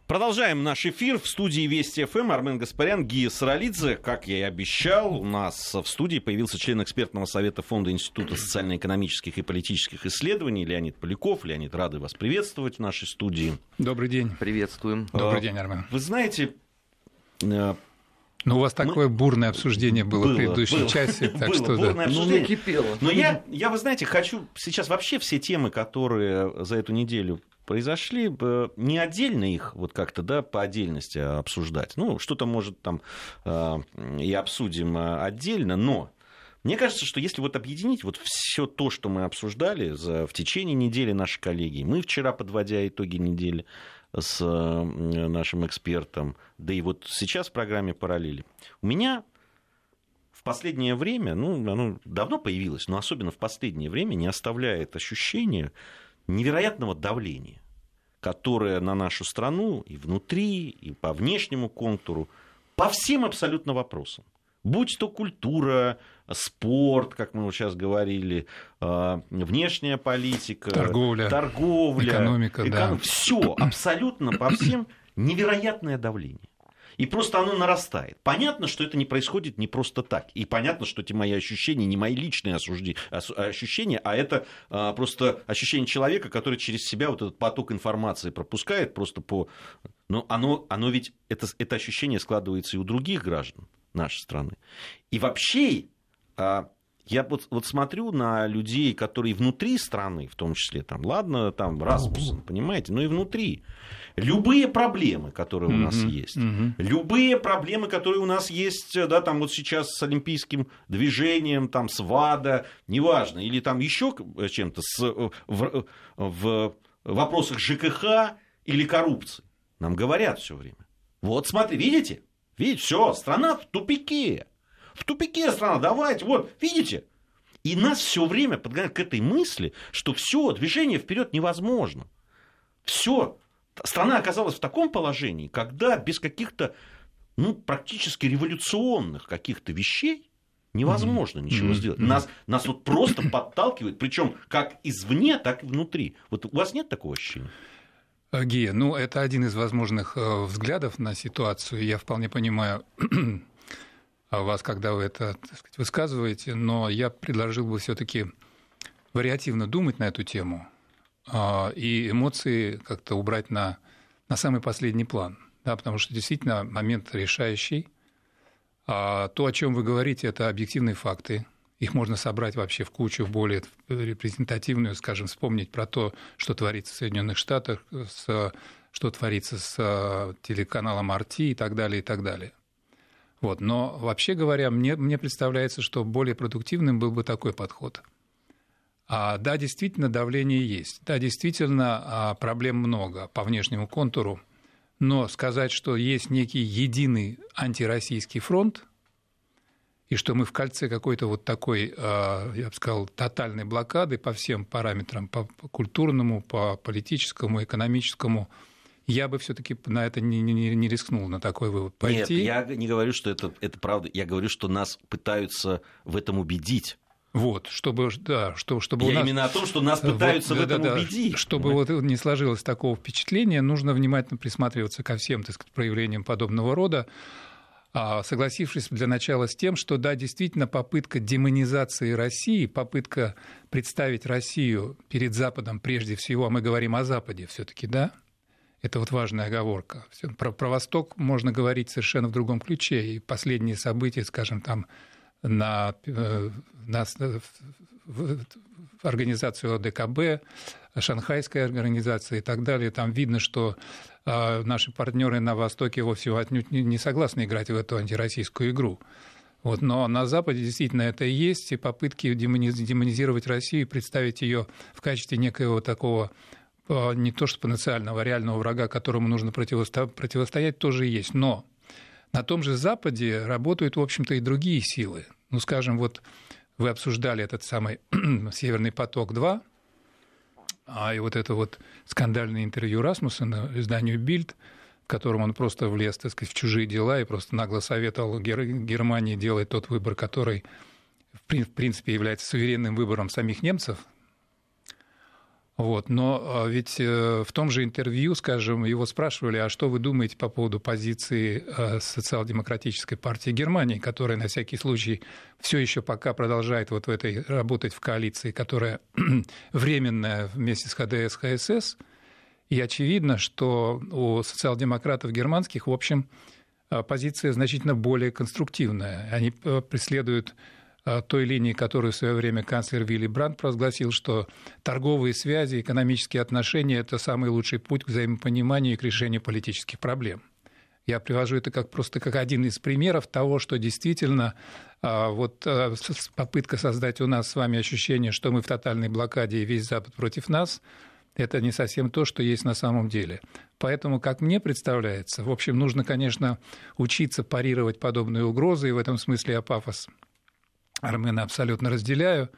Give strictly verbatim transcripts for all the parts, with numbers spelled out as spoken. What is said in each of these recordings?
Продолжаем наш эфир. В студии Вести ФМ Армен Гаспарян, Гия Саралидзе. Как я и обещал, у нас в студии появился член экспертного совета Фонда Института социально-экономических и политических исследований Леонид Поляков. Леонид, рады вас приветствовать в нашей студии. Добрый день. Приветствуем. Добрый день, Армен. Вы знаете... Ну, у вас такое Мы... бурное обсуждение было, было в предыдущей было, части, так было, что бурное да. обсуждение. Ну, накипело. Но я, я, вы знаете, хочу сейчас вообще все темы, которые за эту неделю произошли, не отдельно их вот как-то, да, по отдельности обсуждать. Ну, что-то, может, там и обсудим отдельно, но мне кажется, что если вот объединить вот все то, что мы обсуждали за, в течение недели наши коллеги, мы вчера, подводя итоги недели с нашим экспертом, да и вот сейчас в программе «Параллели», у меня в последнее время, ну, оно давно появилось, но особенно в последнее время не оставляет ощущения невероятного давления, которое на нашу страну и внутри, и по внешнему контуру, по всем абсолютно вопросам. Будь то культура, спорт, как мы вот сейчас говорили, внешняя политика, торговля, торговля экономика, эконом... да. Все абсолютно по всем невероятное давление. И просто оно нарастает. Понятно, что это не происходит не просто так. И понятно, что эти мои ощущения не мои личные ощущения, а это а, просто ощущение человека, который через себя вот этот поток информации пропускает просто по... Но оно, оно ведь, это, это ощущение складывается и у других граждан нашей страны. И вообще, а, я вот, вот смотрю на людей, которые внутри страны, в том числе, там, ладно, там, Расмуссен, понимаете, но и внутри. Любые проблемы, которые у нас mm-hmm. есть, mm-hmm. любые проблемы, которые у нас есть, да, там вот сейчас с олимпийским движением, там, с ВАДА, неважно, или там еще чем-то, с, в, в вопросах ЖКХ или коррупции, нам говорят все время. Вот, смотри, видите? Видите, все, страна в тупике. В тупике страна, давайте, вот, видите? И нас все время подгоняют к этой мысли, что все, движение вперед невозможно. Все. Страна оказалась в таком положении, когда без каких-то, ну, практически революционных каких-то вещей невозможно mm-hmm. ничего mm-hmm. сделать. Нас, нас вот просто подталкивает, причем как извне, так и внутри. Вот у вас нет такого ощущения? Гия, ну, это один из возможных взглядов на ситуацию. Я вполне понимаю вас, когда вы это, так сказать, высказываете, но я предложил бы все-таки вариативно думать на эту тему и эмоции как-то убрать на, на самый последний план. Да, потому что действительно момент решающий. А то, о чем вы говорите, это объективные факты. Их можно собрать вообще в кучу, в более репрезентативную, скажем, вспомнить про то, что творится в Соединенных Штатах, с, что творится с телеканалом ар ти и так далее, и так далее. Вот. Но вообще говоря, мне, мне представляется, что более продуктивным был бы такой подход. А, да, действительно, давление есть. Да, действительно, проблем много по внешнему контуру. Но сказать, что есть некий единый антироссийский фронт, и что мы в кольце какой-то вот такой, я бы сказал, тотальной блокады по всем параметрам, по культурному, по политическому, экономическому, я бы все-таки на это не, не, не рискнул, на такой вывод пойти. Нет, я не говорю, что это, это правда. Я говорю, что нас пытаются в этом убедить. Вот, чтобы, да, чтобы, чтобы я у нас... именно о том, что нас пытаются вот, в этом да, да, убедить. Чтобы вот не сложилось такого впечатления, нужно внимательно присматриваться ко всем, так сказать, проявлениям подобного рода, согласившись для начала с тем, что, да, действительно, попытка демонизации России, попытка представить Россию перед Западом прежде всего, а мы говорим о Западе все-таки, да, это вот важная оговорка. Про, про Восток можно говорить совершенно в другом ключе, и последние события, скажем, там, на, на в организацию о дэ ка бэ, Шанхайская организация и так далее, там видно, что наши партнеры на Востоке вовсе отнюдь не согласны играть в эту антироссийскую игру. Вот, но на Западе действительно это и есть, и попытки демонизировать Россию, представить ее в качестве некоего такого не то что потенциального, реального врага, которому нужно противосто... противостоять, тоже есть. Но на том же Западе работают, в общем-то, и другие силы. Ну, скажем, вот вы обсуждали этот самый «Северный поток-два», а и вот это вот скандальное интервью Расмуссена изданию «Бильд», в котором он просто влез, так сказать, в чужие дела и просто нагло советовал Германии делать тот выбор, который, в принципе, является суверенным выбором самих немцев. Вот. Но ведь в том же интервью, скажем, его спрашивали, а что вы думаете по поводу позиции социал-демократической партии Германии, которая на всякий случай все еще пока продолжает вот в этой работать в коалиции, которая временная вместе с ХДС, ХСС. И очевидно, что у социал-демократов германских, в общем, позиция значительно более конструктивная. Они преследуют той линии, которую в свое время канцлер Вилли Брандт провозгласил, что торговые связи, экономические отношения – это самый лучший путь к взаимопониманию и к решению политических проблем. Я привожу это как, просто как один из примеров того, что действительно вот, попытка создать у нас с вами ощущение, что мы в тотальной блокаде и весь Запад против нас – это не совсем то, что есть на самом деле. Поэтому, как мне представляется, в общем, нужно, конечно, учиться парировать подобные угрозы, и в этом смысле я пафос Армена абсолютно разделяю.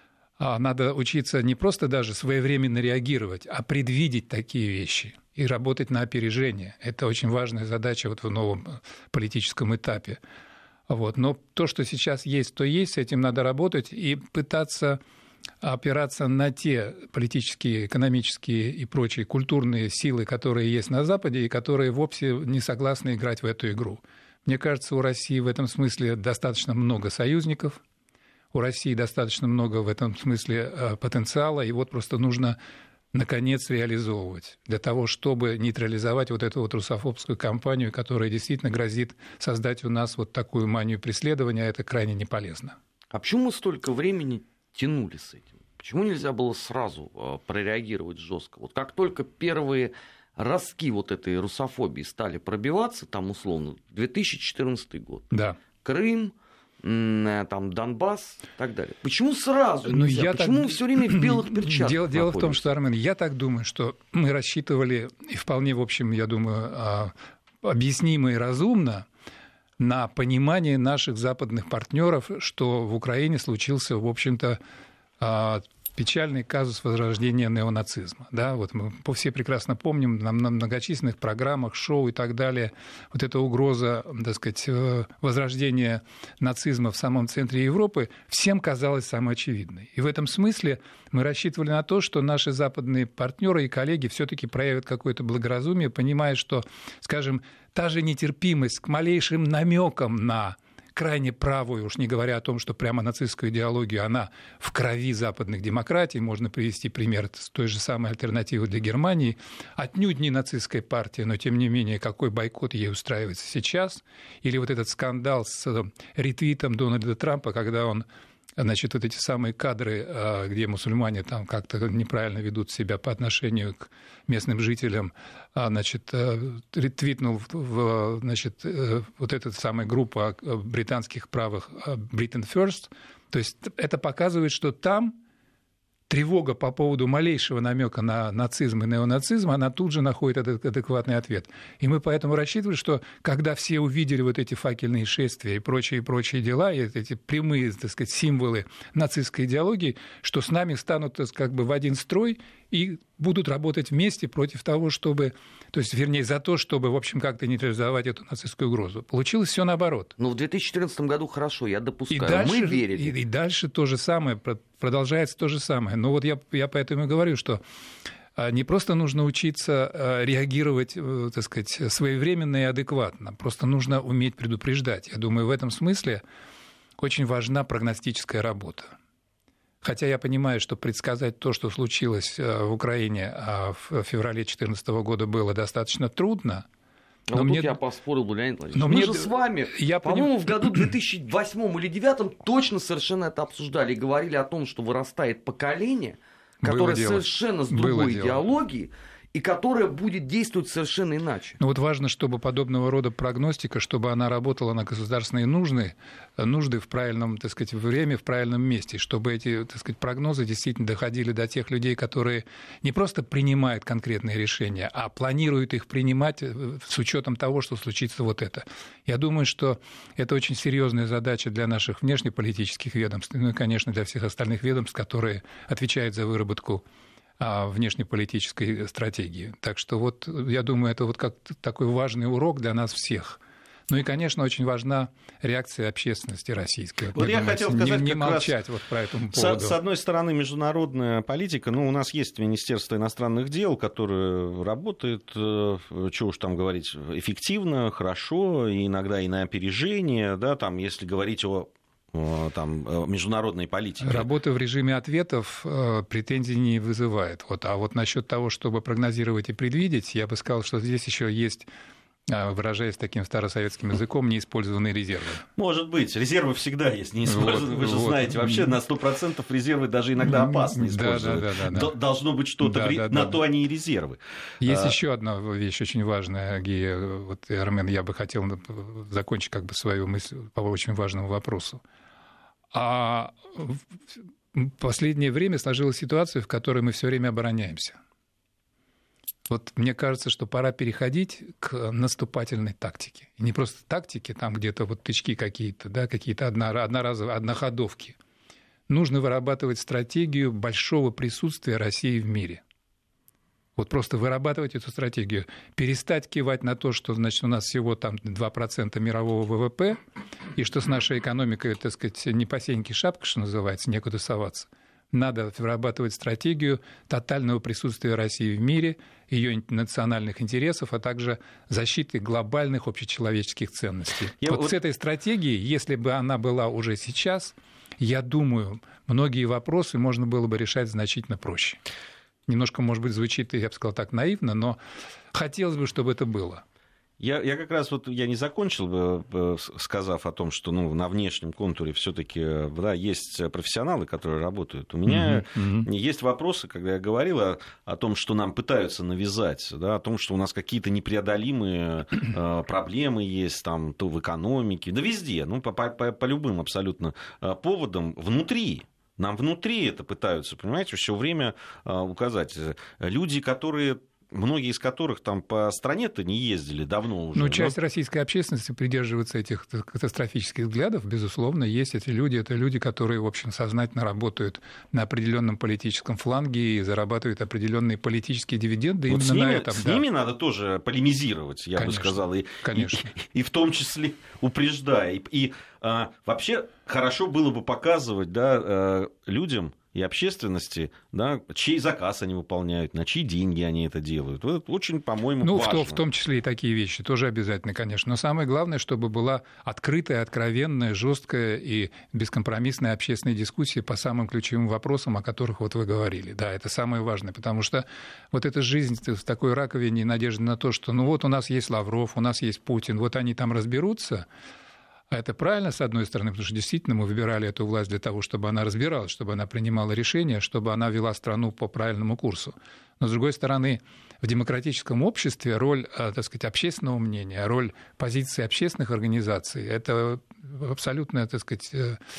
Надо учиться не просто даже своевременно реагировать, а предвидеть такие вещи и работать на опережение. Это очень важная задача вот в новом политическом этапе. Вот. Но то, что сейчас есть, то есть, с этим надо работать и пытаться опираться на те политические, экономические и прочие культурные силы, которые есть на Западе и которые вовсе не согласны играть в эту игру. Мне кажется, у России в этом смысле достаточно много союзников, у России достаточно много в этом смысле потенциала, и вот просто нужно, наконец, реализовывать для того, чтобы нейтрализовать вот эту вот русофобскую кампанию, которая действительно грозит создать у нас вот такую манию преследования, а это крайне не полезно. А почему мы столько времени тянули с этим? Почему нельзя было сразу прореагировать жестко? Вот как только первые ростки вот этой русофобии стали пробиваться, там условно, две тысячи четырнадцатый год, да. Крым, там, Донбасс и так далее. Почему сразу ну, нельзя? Я Почему так... мы все время в белых перчатках Дело, дело в том, что, Армен, я так думаю, что мы рассчитывали, и вполне, в общем, я думаю, объяснимо и разумно, на понимание наших западных партнеров, что в Украине случился, в общем-то, печальный казус возрождения неонацизма. Да? Вот мы все прекрасно помним на многочисленных программах, шоу и так далее, вот эта угроза, так сказать, возрождения нацизма в самом центре Европы всем казалась самой очевидной. И в этом смысле мы рассчитывали на то, что наши западные партнеры и коллеги все-таки проявят какое-то благоразумие, понимая, что, скажем, та же нетерпимость к малейшим намекам на крайне правую, уж не говоря о том, что прямо нацистскую идеологию, она в крови западных демократий. Можно привести пример с той же самой альтернативы для Германии. Отнюдь не нацистская партия, но тем не менее, какой бойкот ей устраивается сейчас. Или вот этот скандал с ретвитом Дональда Трампа, когда он, значит, вот эти самые кадры, где мусульмане там как-то неправильно ведут себя по отношению к местным жителям, значит, ретвитнул в, значит, вот эта самая группа британских правых Britain First. То есть это показывает, что там тревога по поводу малейшего намека на нацизм и неонацизм, она тут же находит этот адекватный ответ. И мы поэтому рассчитывали, что когда все увидели вот эти факельные шествия и прочие, прочие дела, и эти прямые, так сказать, символы нацистской идеологии, что с нами станут, так сказать, как бы в один строй и будут работать вместе против того, чтобы, то есть, вернее, за то, чтобы, в общем, как-то нейтрализовать эту нацистскую угрозу. Получилось все наоборот. Но в две тысячи четырнадцатом году хорошо, я допускаю, и дальше, мы верили. И, и дальше то же самое, продолжается то же самое. Но вот я, я поэтому и говорю, что не просто нужно учиться реагировать, так сказать, своевременно и адекватно, просто нужно уметь предупреждать. Я думаю, в этом смысле очень важна прогностическая работа. Хотя я понимаю, что предсказать то, что случилось в Украине в феврале две тысячи четырнадцатого года, было достаточно трудно. Но вот мне... тут я поспорил, Леонид Владимирович. Но Мы мне... же с вами, я по-моему, поним... в году две тысячи восьмом или две тысячи девятом точно совершенно это обсуждали и говорили о том, что вырастает поколение, которое совершенно с другой идеологией, и которая будет действовать совершенно иначе. Ну вот важно, чтобы подобного рода прогностика, чтобы она работала на государственные нужды, нужды в правильном, так сказать, время, в правильном месте, чтобы эти, так сказать, прогнозы действительно доходили до тех людей, которые не просто принимают конкретные решения, а планируют их принимать с учетом того, что случится вот это. Я думаю, что это очень серьезная задача для наших внешнеполитических ведомств, ну и, конечно, для всех остальных ведомств, которые отвечают за выработку внешнеполитической стратегии. Так что вот я думаю, это вот как такой важный урок для нас всех. Ну и, конечно, очень важна реакция общественности российской. Вот я думаете, хотел сказать, не, не как молчать раз вот про эту поводу. С, с одной стороны, международная политика, ну, у нас есть Министерство иностранных дел, которое работает, чего уж там говорить, эффективно, хорошо, и иногда и на опережение, да, там, если говорить о там, международной политики. Работа в режиме ответов э, претензий не вызывает. Вот. А вот насчет того, чтобы прогнозировать и предвидеть, я бы сказал, что здесь еще есть, выражаясь таким старосоветским языком, неиспользованные резервы. Может быть. Резервы всегда есть неиспользованные. Вот, Вы же вот. знаете, вообще на сто процентов резервы даже иногда опасно использовать. Да, да, да, да. Должно быть что-то, да, в... да, на да. то они и резервы. Есть а... еще одна вещь очень важная, Гия. Вот, Армен, я бы хотел закончить как бы свою мысль по очень важному вопросу. А в последнее время сложилась ситуация, в которой мы все время обороняемся. Вот мне кажется, что пора переходить к наступательной тактике. И не просто тактике, там где-то вот тычки какие-то, да, какие-то одноразовые, одноходовки. Нужно вырабатывать стратегию большого присутствия России в мире. Вот просто вырабатывать эту стратегию. Перестать кивать на то, что, значит, у нас всего там два процента мирового ВВП, и что с нашей экономикой, так сказать, не по сеньке шапка, что называется, некуда соваться. Надо вырабатывать стратегию тотального присутствия России в мире, ее национальных интересов, а также защиты глобальных общечеловеческих ценностей. Я вот, вот с этой стратегией, если бы она была уже сейчас, я думаю, многие вопросы можно было бы решать значительно проще. Немножко, может быть, звучит, я бы сказал, так наивно, но хотелось бы, чтобы это было. Я, я как раз вот я не закончил, сказав о том, что ну, на внешнем контуре все-таки да, есть профессионалы, которые работают. У меня mm-hmm. Mm-hmm. есть вопросы, когда я говорил о, о том, что нам пытаются навязать, да, о том, что у нас какие-то непреодолимые э, проблемы есть, там, то в экономике, да везде, ну, по, по, по любым абсолютно поводам внутри. Нам внутри это пытаются, понимаете, все время э, указать. Люди, которые... Многие из которых там по стране-то не ездили давно уже. Ну, часть но... российской общественности придерживается этих катастрофических взглядов. Безусловно, есть эти люди. Это люди, которые, в общем, сознательно работают на определенном политическом фланге и зарабатывают определенные политические дивиденды вот именно с ними, на этом. С да. ними надо тоже полемизировать, я конечно, бы сказал. И, конечно. И, и в том числе упреждая. И, и а, вообще хорошо было бы показывать да, людям, и общественности, да, чей заказ они выполняют, на чьи деньги они это делают. Это очень, по-моему, ну, важно. Ну, в, в том числе и такие вещи тоже обязательно, конечно. Но самое главное, чтобы была открытая, откровенная, жесткая и бескомпромиссная общественная дискуссия по самым ключевым вопросам, о которых вот вы говорили. Да, это самое важное, потому что вот эта жизнь в такой раковине и надежда на то, что ну вот у нас есть Лавров, у нас есть Путин, вот они там разберутся. А это правильно, с одной стороны, потому что действительно мы выбирали эту власть для того, чтобы она разбиралась, чтобы она принимала решения, чтобы она вела страну по правильному курсу. Но, с другой стороны, в демократическом обществе роль, так сказать, общественного мнения, роль позиции общественных организаций – это абсолютно, так сказать,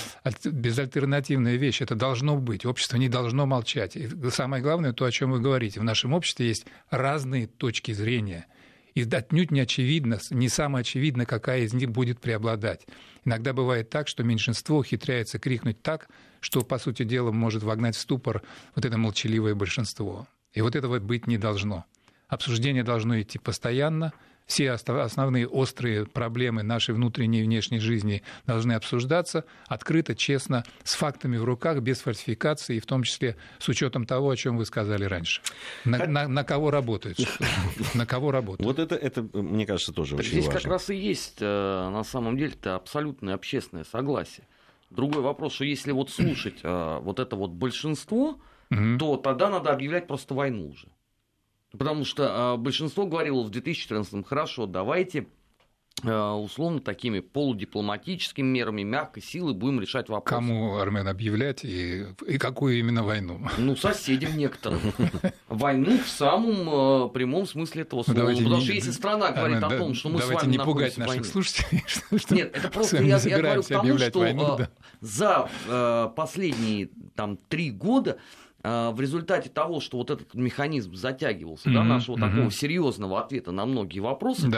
безальтернативная вещь. Это должно быть. Общество не должно молчать. И самое главное, то, о чем вы говорите. В нашем обществе есть разные точки зрения. И отнюдь не очевидно, не самое очевидно, какая из них будет преобладать. Иногда бывает так, что меньшинство ухитряется крикнуть так, что, по сути дела, может вогнать в ступор вот это молчаливое большинство. И вот этого быть не должно. Обсуждение должно идти постоянно. Все основные острые проблемы нашей внутренней и внешней жизни должны обсуждаться открыто, честно, с фактами в руках, без фальсификации, и в том числе с учетом того, о чем вы сказали раньше. На, на, на кого работают? На кого работают? Вот это, это, мне кажется, тоже очень здесь важно. Здесь как раз и есть, на самом деле, это абсолютное общественное согласие. Другой вопрос, что если вот слушать вот это вот большинство, угу. то тогда надо объявлять просто войну уже. Потому что э, большинство говорило в две тысячи четырнадцатом, хорошо, давайте э, условно такими полудипломатическими мерами, мягкой силой будем решать вопрос. Кому, Армен, объявлять и, и какую именно войну? Ну, соседям некоторым. Войну в самом э, прямом смысле этого слова. Ну, потому не, что если страна говорит Армен, о том, что мы с вами не пугать наших войны. Слушателей. Что, Нет, это просто я, я говорю к тому, что войну, э, да. за э, последние там, три года в результате того, что вот этот механизм затягивался, mm-hmm. да, нашего mm-hmm. такого серьезного ответа на многие вопросы, да.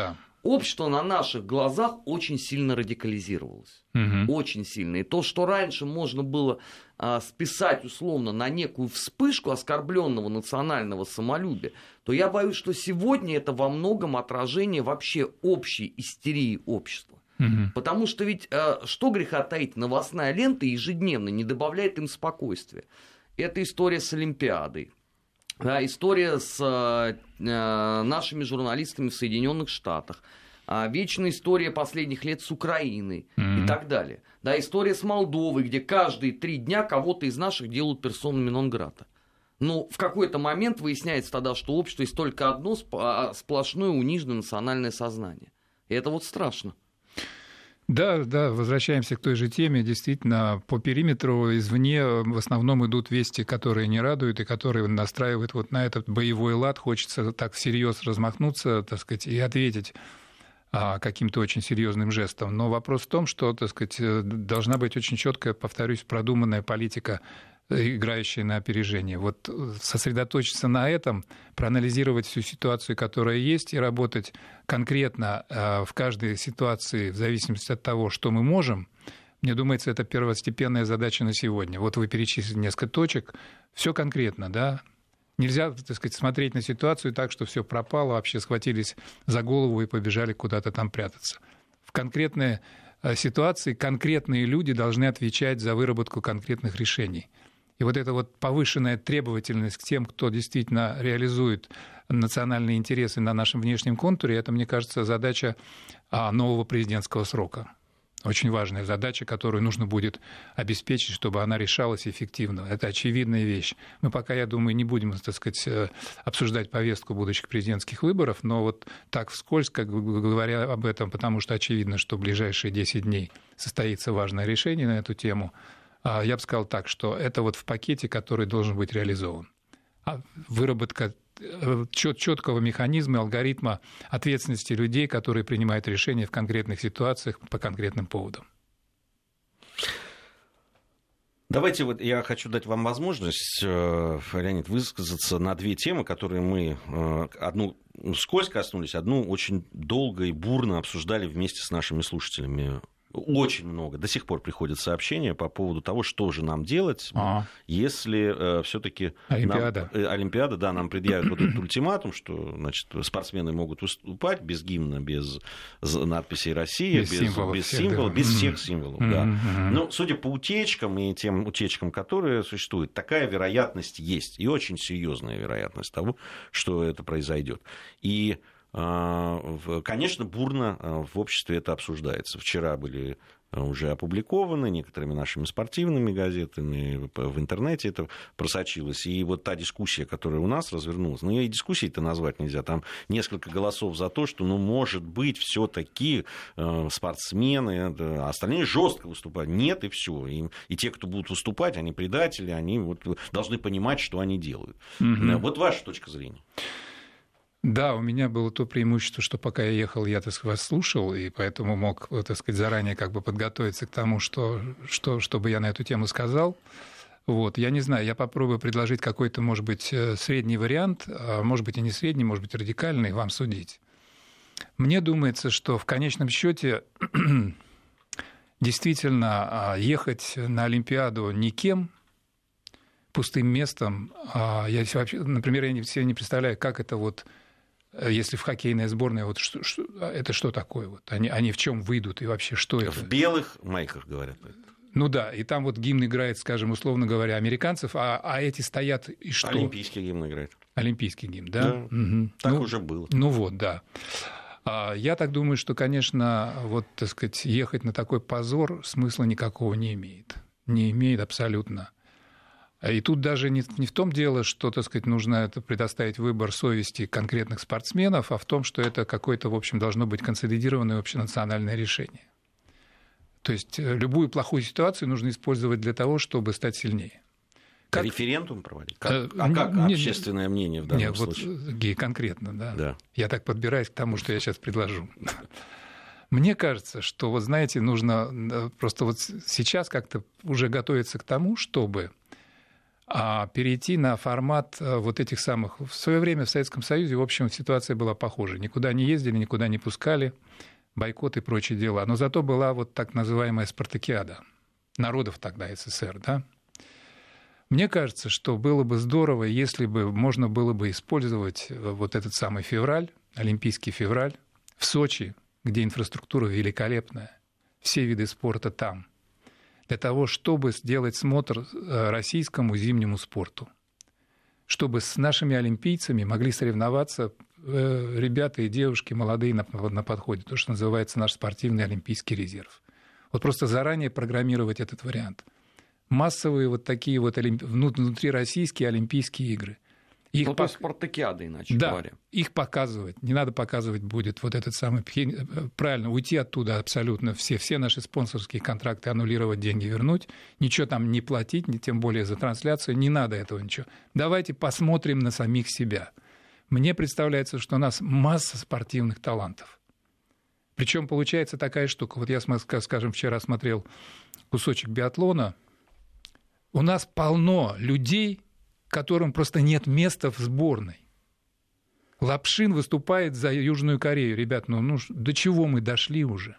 общество на наших глазах очень сильно радикализировалось. Угу. Очень сильно. И то, что раньше можно было а, списать условно на некую вспышку оскорбленного национального самолюбия, то я боюсь, что сегодня это во многом отражение вообще общей истерии общества. Угу. Потому что ведь, а, что греха таить, новостная лента ежедневно не добавляет им спокойствия. Это история с Олимпиадой. Да, история с э, нашими журналистами в Соединенных Штатах, э, вечная история последних лет с Украиной mm-hmm. и так далее. Да, история с Молдовой, где каждые три дня кого-то из наших делают персонами нон-грата. Но в какой-то момент выясняется тогда, что общество есть только одно сплошное униженное национальное сознание. И это вот страшно. Да, да, возвращаемся к той же теме. Действительно, по периметру извне в основном идут вести, которые не радуют и которые настраивают вот на этот боевой лад. Хочется так всерьез размахнуться, так сказать, и ответить а, каким-то очень серьезным жестом. Но вопрос в том, что, так сказать, должна быть очень четкая, повторюсь, продуманная политика, играющие на опережение. Вот сосредоточиться на этом, проанализировать всю ситуацию, которая есть, и работать конкретно в каждой ситуации в зависимости от того, что мы можем, мне думается, это первостепенная задача на сегодня. Вот вы перечислили несколько точек, все конкретно, да. Нельзя, так сказать, смотреть на ситуацию так, что все пропало, вообще схватились за голову и побежали куда-то там прятаться. В конкретной ситуации конкретные люди должны отвечать за выработку конкретных решений. И вот эта вот повышенная требовательность к тем, кто действительно реализует национальные интересы на нашем внешнем контуре, это, мне кажется, задача нового президентского срока. Очень важная задача, которую нужно будет обеспечить, чтобы она решалась эффективно. Это очевидная вещь. Мы пока, я думаю, не будем, так сказать, обсуждать повестку будущих президентских выборов, но вот так вскользь, как бы говоря об этом, потому что очевидно, что в ближайшие десять дней состоится важное решение на эту тему, я бы сказал так, что это вот в пакете, который должен быть реализован. Выработка четкого механизма, алгоритма ответственности людей, которые принимают решения в конкретных ситуациях по конкретным поводам. Давайте вот я хочу дать вам возможность, Леонид, высказаться на две темы, которые мы одну вскользь коснулись, одну очень долго и бурно обсуждали вместе с нашими слушателями. Очень много. До сих пор приходят сообщения по поводу того, что же нам делать, А-а. если э, все-таки Олимпиада. Нам, э, Олимпиада, да, нам предъявят вот этот ультиматум, что, значит, спортсмены могут выступать без гимна, без надписей «Россия», без, без символов, без, символов, без всех символов. Mm-hmm. Да. Mm-hmm. Но, судя по утечкам и тем утечкам, которые существуют, такая вероятность есть, и очень серьезная вероятность того, что это произойдет. И конечно, бурно в обществе это обсуждается. Вчера были уже опубликованы некоторыми нашими спортивными газетами, в интернете это просочилось. И вот та дискуссия, которая у нас развернулась, ну, ее и дискуссией-то назвать нельзя. Там несколько голосов за то, что, ну, может быть, все-таки спортсмены, а остальные жестко выступают. Нет, и все. И, и те, кто будут выступать, они предатели, они вот должны понимать, что они делают. Mm-hmm. Вот ваша точка зрения. Да, у меня было то преимущество, что пока я ехал, я, так сказать, вас слушал, и поэтому мог, так сказать, заранее как бы подготовиться к тому, что, что, что бы я на эту тему сказал. Вот. Я не знаю, я попробую предложить какой-то, может быть, средний вариант, а может быть, и не средний, может быть, радикальный, вам судить. Мне думается, что в конечном счете действительно ехать на Олимпиаду никем, пустым местом, я вообще, например, я себе не представляю, как это вот... Если в хоккейная сборная, вот что, что, это что такое? Вот? Они, они в чем выйдут и вообще что это? В белых майках, говорят. Ну да, и там вот гимн играет, скажем, условно говоря, американцев, а, а эти стоят и что? Олимпийский гимн играет. Олимпийский гимн, да? Да, угу. Так ну, уже было. Ну вот, да. Я так думаю, что, конечно, вот, так сказать, ехать на такой позор смысла никакого не имеет. Не имеет абсолютно. И тут даже не, не в том дело, что, так сказать, нужно это предоставить выбор совести конкретных спортсменов, а в том, что это какое-то, в общем, должно быть консолидированное общенациональное решение. То есть любую плохую ситуацию нужно использовать для того, чтобы стать сильнее. Как... Референдум проводить? Как... А как не, общественное мнение в данном нет, случае? Вот, Гей, конкретно, да. да. Я так подбираюсь к тому, что я сейчас предложу. Мне кажется, что, вот знаете, нужно просто вот сейчас как-то уже готовиться к тому, чтобы а перейти на формат вот этих самых... В свое время в Советском Союзе, в общем, ситуация была похожа. Никуда не ездили, никуда не пускали, бойкот и прочие дела. Но зато была вот так называемая спартакиада народов тогда СССР, да? Мне кажется, что было бы здорово, если бы можно было бы использовать вот этот самый февраль, олимпийский февраль, в Сочи, где инфраструктура великолепная, все виды спорта там, для того, чтобы сделать смотр российскому зимнему спорту, чтобы с нашими олимпийцами могли соревноваться ребята и девушки молодые на, на подходе, то, что называется наш спортивный олимпийский резерв. Вот просто заранее программировать этот вариант. Массовые вот такие вот олимпи... внутрироссийские олимпийские игры. Их ну, пок... то спартакиады, иначе да, говоря. Их показывать. Не надо показывать будет вот этот самый... Правильно, уйти оттуда абсолютно все. Все наши спонсорские контракты аннулировать, деньги вернуть. Ничего там не платить, тем более за трансляцию. Не надо этого ничего. Давайте посмотрим на самих себя. Мне представляется, что у нас масса спортивных талантов. Причем получается такая штука. Вот я, скажем, вчера смотрел кусочек биатлона. У нас полно людей, которым просто нет места в сборной. Лапшин выступает за Южную Корею. Ребят, ну, ну до чего мы дошли уже?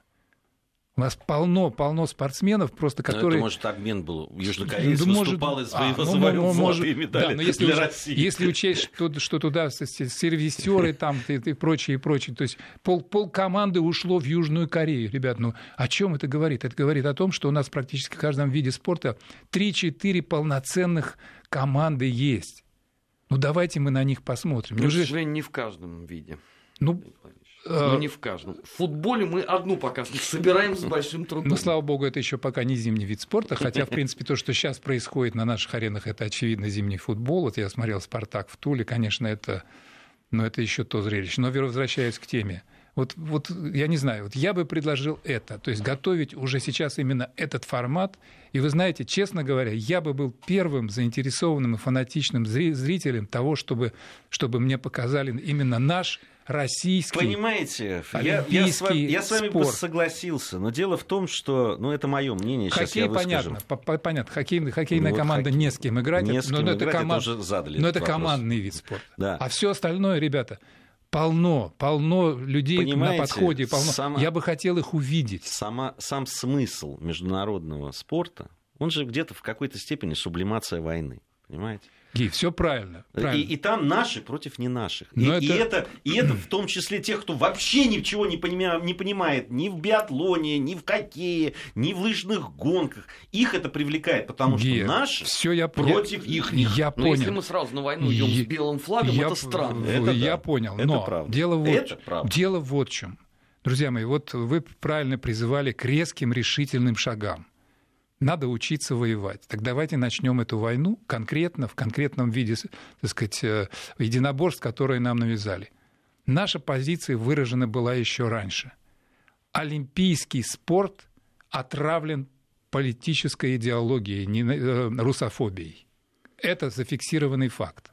У нас полно, полно спортсменов, просто которые... Но это, может, обмен был. Южнокорейец да, выступал может... и а, ну, завоевал золотые медали да, но если для уч... России. Если учесть, что, что туда сервисеры там и, и прочее, и прочее, то есть пол, пол команды ушло в Южную Корею. Ребят, ну о чем это говорит? Это говорит о том, что у нас практически в каждом виде спорта три-четыре полноценных команды есть. Ну давайте мы на них посмотрим. Ну, Неужели... к сожалению, не в каждом виде. Ну... Ну, не в каждом. В футболе мы одну пока собираем с большим трудом. Ну, слава богу, это еще пока не зимний вид спорта, хотя, в принципе, то, что сейчас происходит на наших аренах, это, очевидно, зимний футбол. Вот я смотрел «Спартак» в Туле, конечно, это, но это еще то зрелище. Но возвращаясь к теме. Вот, вот я не знаю, вот я бы предложил это, то есть готовить уже сейчас именно этот формат. И вы знаете, честно говоря, я бы был первым заинтересованным и фанатичным зрителем того, чтобы, чтобы мне показали именно наш российский, понимаете, я, я, с вами, я с вами бы согласился, но дело в том, что, ну, это мое мнение, сейчас хоккей, я выскажу. Понятно, понятно, хоккей, хоккейная ну, команда хоккей. не с кем играть, не с кем но, играть, это, команд... это уже задали но это вопрос. Командный вид спорта. Да. А все остальное, ребята, полно, полно людей понимаете, на подходе, полно. Сама... Я бы хотел их увидеть. Сама... Сам смысл международного спорта, он же где-то в какой-то степени сублимация войны, понимаете? Ги, все правильно. правильно. И, и там наши против не наших. И это... И, это, и это в том числе тех, кто вообще ничего не, понима... не понимает ни в биатлоне, ни в хоккее, ни в лыжных гонках. Их это привлекает, потому Ги, что наши всё я... против я... их. Я Но понял. если мы сразу на войну идем я... с белым флагом, я... это странно. Это я да. понял. Это Но правда. Дело, вот... это правда. дело вот в чем. Друзья мои, вот вы правильно призывали к резким решительным шагам. Надо учиться воевать. Так давайте начнем эту войну конкретно, в конкретном виде, так сказать, единоборств, которые нам навязали. Наша позиция выражена была еще раньше. Олимпийский спорт отравлен политической идеологией, русофобией. Это зафиксированный факт.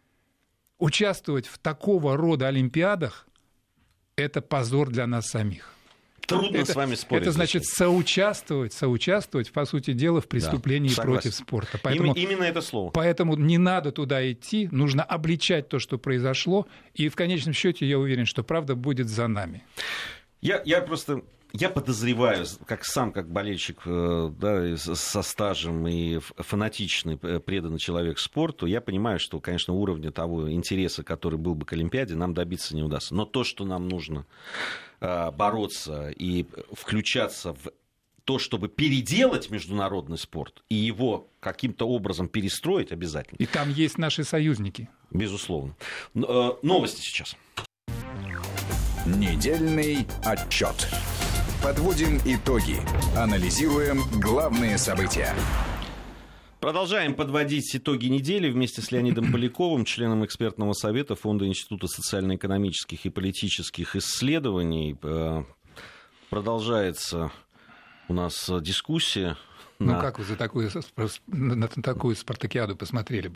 Участвовать в такого рода олимпиадах – это позор для нас самих. Трудно это, с вами спорить. Это значит соучаствовать, соучаствовать, по сути дела, в преступлении да, против спорта. Поэтому, именно это слово. Поэтому не надо туда идти, нужно обличать то, что произошло, и в конечном счете я уверен, что правда будет за нами. Я, я просто... Я подозреваю, как сам, как болельщик да, со стажем и фанатичный, преданный человек спорту, я понимаю, что, конечно, уровня того интереса, который был бы к Олимпиаде, нам добиться не удастся. Но то, что нам нужно бороться и включаться в то, чтобы переделать международный спорт и его каким-то образом перестроить, обязательно. И там есть наши союзники. Безусловно. Новости сейчас. Недельный отчет. Подводим итоги. Анализируем главные события. Продолжаем подводить итоги недели вместе с Леонидом Поляковым, членом экспертного совета Фонда Института социально-экономических и политических исследований. Продолжается у нас дискуссия. Ну на... как вы за такую, на такую спартакиаду посмотрели бы?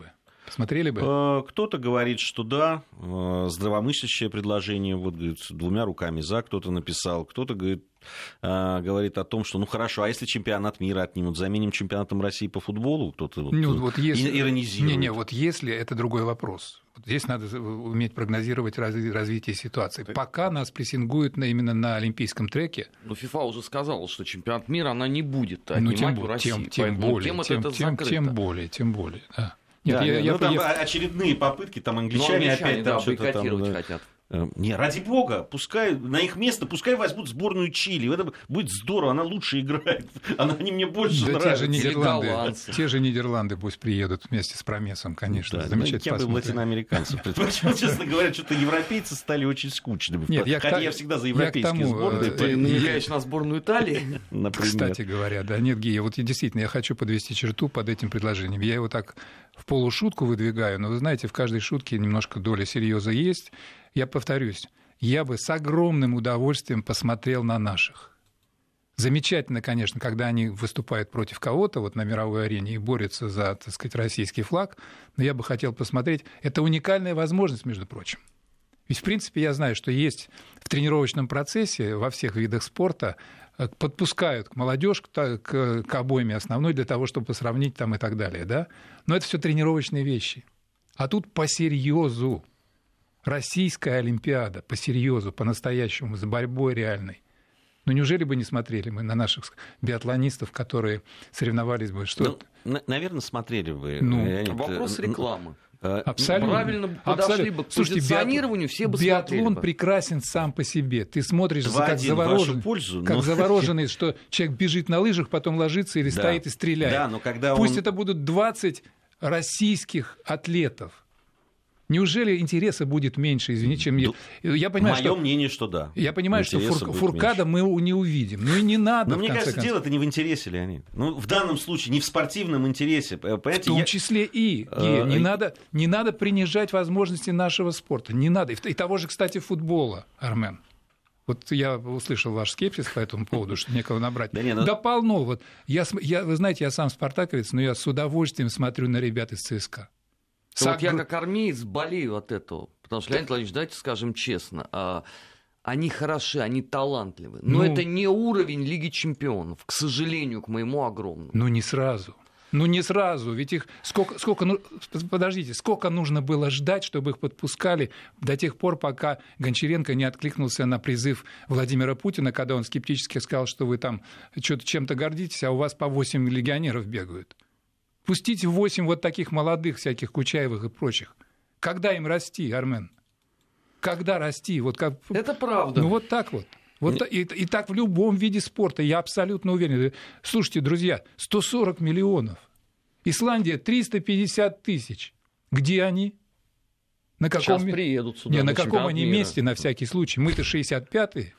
Смотрели бы? Кто-то говорит, что да, здравомыслящее предложение, вот, говорит, двумя руками за, кто-то написал, кто-то говорит, говорит о том, что ну хорошо, а если чемпионат мира отнимут, заменим чемпионатом России по футболу, кто-то вот, ну, вот если... иронизирует. Не-не, вот если, это другой вопрос. Вот здесь надо уметь прогнозировать развитие ситуации. Пока нас прессингуют именно на олимпийском треке. Но ФИФА уже сказала, что чемпионат мира она не будет отнимать ну, тем, у России. Тем, тем более, тем, это тем, тем более, тем более, да. Нет, да, я, я, ну, там я... очередные попытки, там англичане, англичане опять да, там что-то там... Да. хотят. Не, ради бога, пускай на их место, пускай возьмут сборную Чили. Это будет здорово, она лучше играет. Она, они мне больше да нравятся. Те же, Нидерланды, те же Нидерланды пусть приедут вместе с Промесом, конечно. Да, замечательно. Я бы латиноамериканцев предпочел, честно говоря, что-то европейцы стали очень скучными. Нет, я, Хотя я всегда за европейские тому, сборные. Ты намекаешь на сборную Италии? Кстати говоря, да, нет, Гия, вот действительно, я хочу подвести черту под этим предложением. Я его так в полушутку выдвигаю, но вы знаете, в каждой шутке немножко доля серьеза есть. Я повторюсь, я бы с огромным удовольствием посмотрел на наших. Замечательно, конечно, когда они выступают против кого-то вот на мировой арене и борются за, так сказать, российский флаг, но я бы хотел посмотреть. Это уникальная возможность, между прочим. Ведь, в принципе, я знаю, что есть в тренировочном процессе во всех видах спорта, подпускают молодежь к, к, к обойме основной для того, чтобы сравнить там и так далее. Да? Но это все тренировочные вещи. А тут по серьезу. Российская Олимпиада, по серьезу, по-настоящему, с борьбой реальной. Ну, неужели бы не смотрели мы на наших биатлонистов, которые соревновались бы? Что ну, наверное, смотрели бы. Ну, вопрос рекламы. Абсолютно. Правильно подошли Абсолютно. бы к позиционированию, все бы смотрели. Биатлон бы. прекрасен сам по себе. Ты смотришь, как завороженный, пользу, как но... завороженный, что человек бежит на лыжах, потом ложится или да. стоит и стреляет. Да, но когда Пусть он... это будут двадцать российских атлетов. Неужели интереса будет меньше, извини, чем я? Я понимаю, Мое что... мнение, что да. Я понимаю, интереса что фур... Фуркада меньше. Мы не увидим. Ну и не надо. Но мне кажется, концов. Дело-то не в интересе, Леонид. Ну, в данном случае не в спортивном интересе. Понимаете, в том я... числе и. Гея, не, надо, не надо принижать возможности нашего спорта. Не надо. И того же, кстати, футбола, Армен. Вот я услышал ваш скепсис по этому поводу, что некого набрать. Да, не, ну... да полно. Вот. Я, я, вы знаете, я сам спартаковец, но я с удовольствием смотрю на ребят из ЦСКА. Вот я как армеец болею от этого, потому что, Леонид Владимирович, давайте скажем честно, а, они хороши, они талантливы, но ну, это не уровень Лиги Чемпионов, к сожалению, к моему огромному. Ну не сразу, ну не сразу, ведь их сколько, сколько, ну, подождите, сколько нужно было ждать, чтобы их подпускали до тех пор, пока Гончаренко не откликнулся на призыв Владимира Путина, когда он скептически сказал, что вы там что-то чем-то гордитесь, а у вас по восемь легионеров бегают. Пустите восемь вот таких молодых всяких Кучаевых и прочих. Когда им расти, Армен? Когда расти? Вот как... Это правда. Ну вот так вот. вот и, и так в любом виде спорта, я абсолютно уверен. Слушайте, друзья, сто сорок миллионов. Исландия триста пятьдесят тысяч. Где они? На каком... Сейчас приедут сюда. Не, на каком они мира. Месте, на всякий случай? Мы-то шестьдесят пятые.